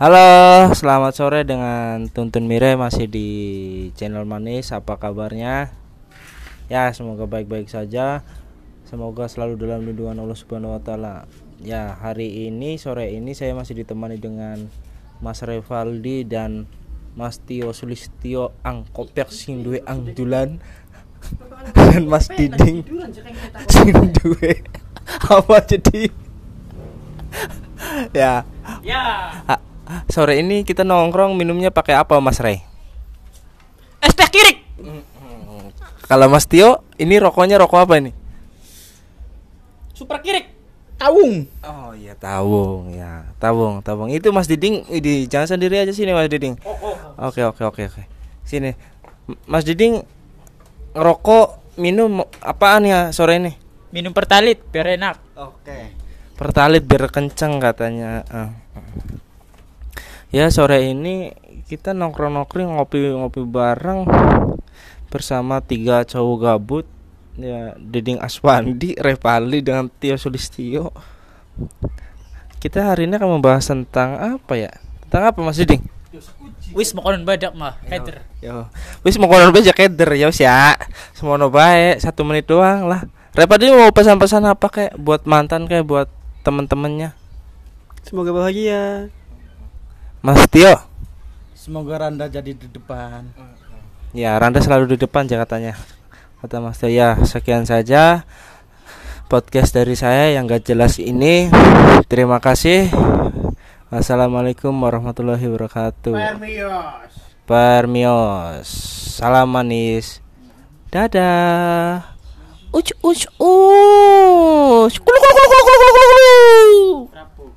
Halo, selamat sore dengan Tuntun Mire masih di channel Manis. Apa kabarnya? Ya, semoga baik-baik saja. Semoga selalu dalam lindungan Allah Subhanahu wa taala. Ya, hari ini sore ini saya masih ditemani dengan Mas Revaldi dan Mas Tio Sulistyo Angkoper sing duwe angdulan dan Mas Diding sing duwe apa jadi ya. Sore ini kita nongkrong minumnya pakai apa Mas Rey? Es teh kirik. Kalau Mas Tio ini rokoknya rokok apa ini? Super kirik. Tawung. Oh iya tabung ya, tabung. Itu Mas Diding, jangan sendiri aja sini Mas Diding. Oke. Sini. Mas Diding ngerokok minum apaan ya sore ini? Minum pertalit biar enak. Oke. Pertalit biar kenceng katanya. Ya sore ini kita nongkrong ngopi bareng bersama 3 cowok gabut. Ya, Diding Aswandi, Revaldi dengan Tio Sulistyo. Kita hari ini akan membahas tentang apa ya? Tentang apa Mas Diding? Wis makanan badak mah, keder. Yo. Wis mau kono beja keder ya wis ya. Semono bae 1 menit doang lah. Revaldi mau pesan-pesan apa kayak buat mantan kayak buat temen-temennya? Semoga bahagia. Mas Tio. Semoga Randa jadi di depan. Ya, Randa selalu di depan katanya. Kata Mas Tio. Ya, sekian saja podcast dari saya yang gak jelas ini. Terima kasih. Wassalamualaikum warahmatullahi wabarakatuh. Permios. Salam manis. Dadah. Uc. Kulu.